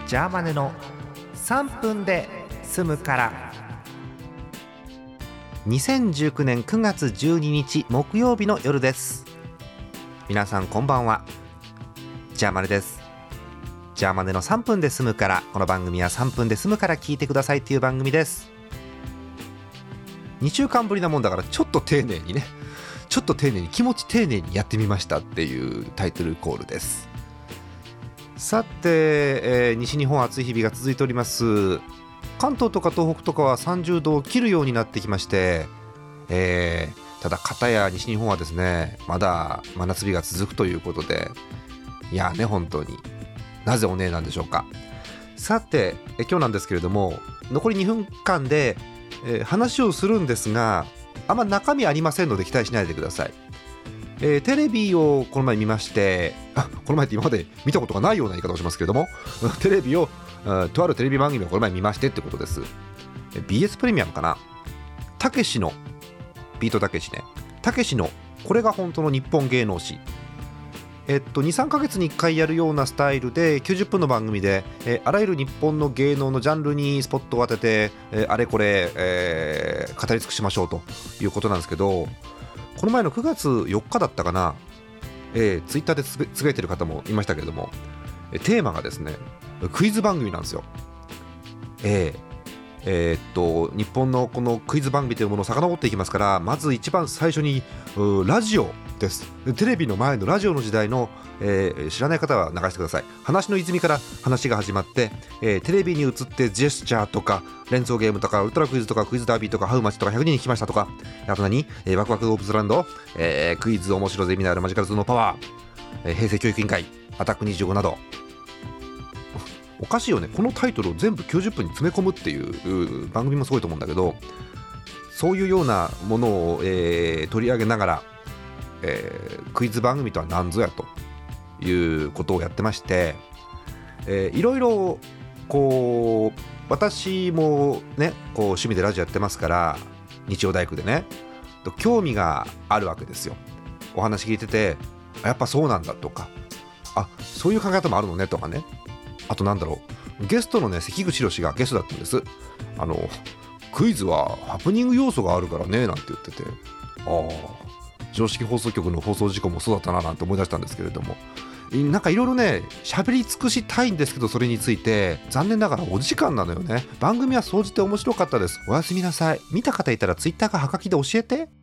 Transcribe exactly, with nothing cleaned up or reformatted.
ジャーマネのさんぷんで済むから。にせんじゅうきゅうねんくがつじゅうににち木曜日の夜です。皆さんこんばんは。ジャーマネです。ジャーマネのさんぷんで済むから。この番組はさんぷんで済むから聞いてくださいっていう番組です。にしゅうかんぶりなもんだからちょっと丁寧にねちょっと丁寧に気持ち丁寧にやってみましたっていうタイトルコールです。さて、えー、西日本暑い日々が続いております。関東とか東北とかはさんじゅうどを切るようになってきまして、えー、ただ片や西日本はですねまだ真夏日が続くということで、いやね本当になぜおねえなんでしょうか。さてえ今日なんですけれども、残りにふんかんで、えー、話をするんですが、あんま中身ありませんので期待しないでください。えー、テレビをこの前見まして、あこの前って今まで見たことがないような言い方をしますけれどもテレビをとあるテレビ番組をこの前見ましてってことです。 ビーエス プレミアムかな、たけしのビートたけしねたけしのこれが本当の日本芸能史、えっとにさんかげつにいっかいやるようなスタイルできゅうじゅっぷんの番組で、えー、あらゆる日本の芸能のジャンルにスポットを当てて、えー、あれこれ、えー、語り尽くしましょうということなんですけど、この前のくがつよっかだったかな、えー、ツイッターでつぶやいてる方もいましたけれども、えー、テーマがですねクイズ番組なんですよ。えーえー、っと日本のこのクイズ番組というものを遡っていきますから、まず一番最初にラジオです。テレビの前のラジオの時代の、えー、知らない方は流してください。話の泉から話が始まって、えー、テレビに映ってジェスチャーとか連想ゲームとかウルトラクイズとかクイズダービーとかハウマッチとかひゃくにんに聞きましたとか、あと何、えー、ワクワク動物ランド、えー、クイズ面白ゼミナールマジカルズのパワー、えー、平成教育委員会アタックにじゅうごなど、おかしいよね、このタイトルを全部きゅうじゅっぷんに詰め込むっていう番組もすごいと思うんだけど、そういうようなものを、えー、取り上げながら、えー、クイズ番組とは何ぞやということをやってまして、えー、いろいろこう私もねこう趣味でラジオやってますから、日曜大工でね興味があるわけですよ。お話聞いててやっぱそうなんだとか、あそういう考え方もあるのねとかね、あとなんだろう、ゲストのね関口宏がゲストだったんです。あのクイズはハプニング要素があるからねなんて言ってて、ああ常識放送局の放送事故もそうだったななんて思い出したんですけれども、なんかいろいろね喋り尽くしたいんですけど、それについて残念ながらお時間なのよね。番組は総じて面白かったです。おやすみなさい。見た方いたらツイッターかはがきで教えて。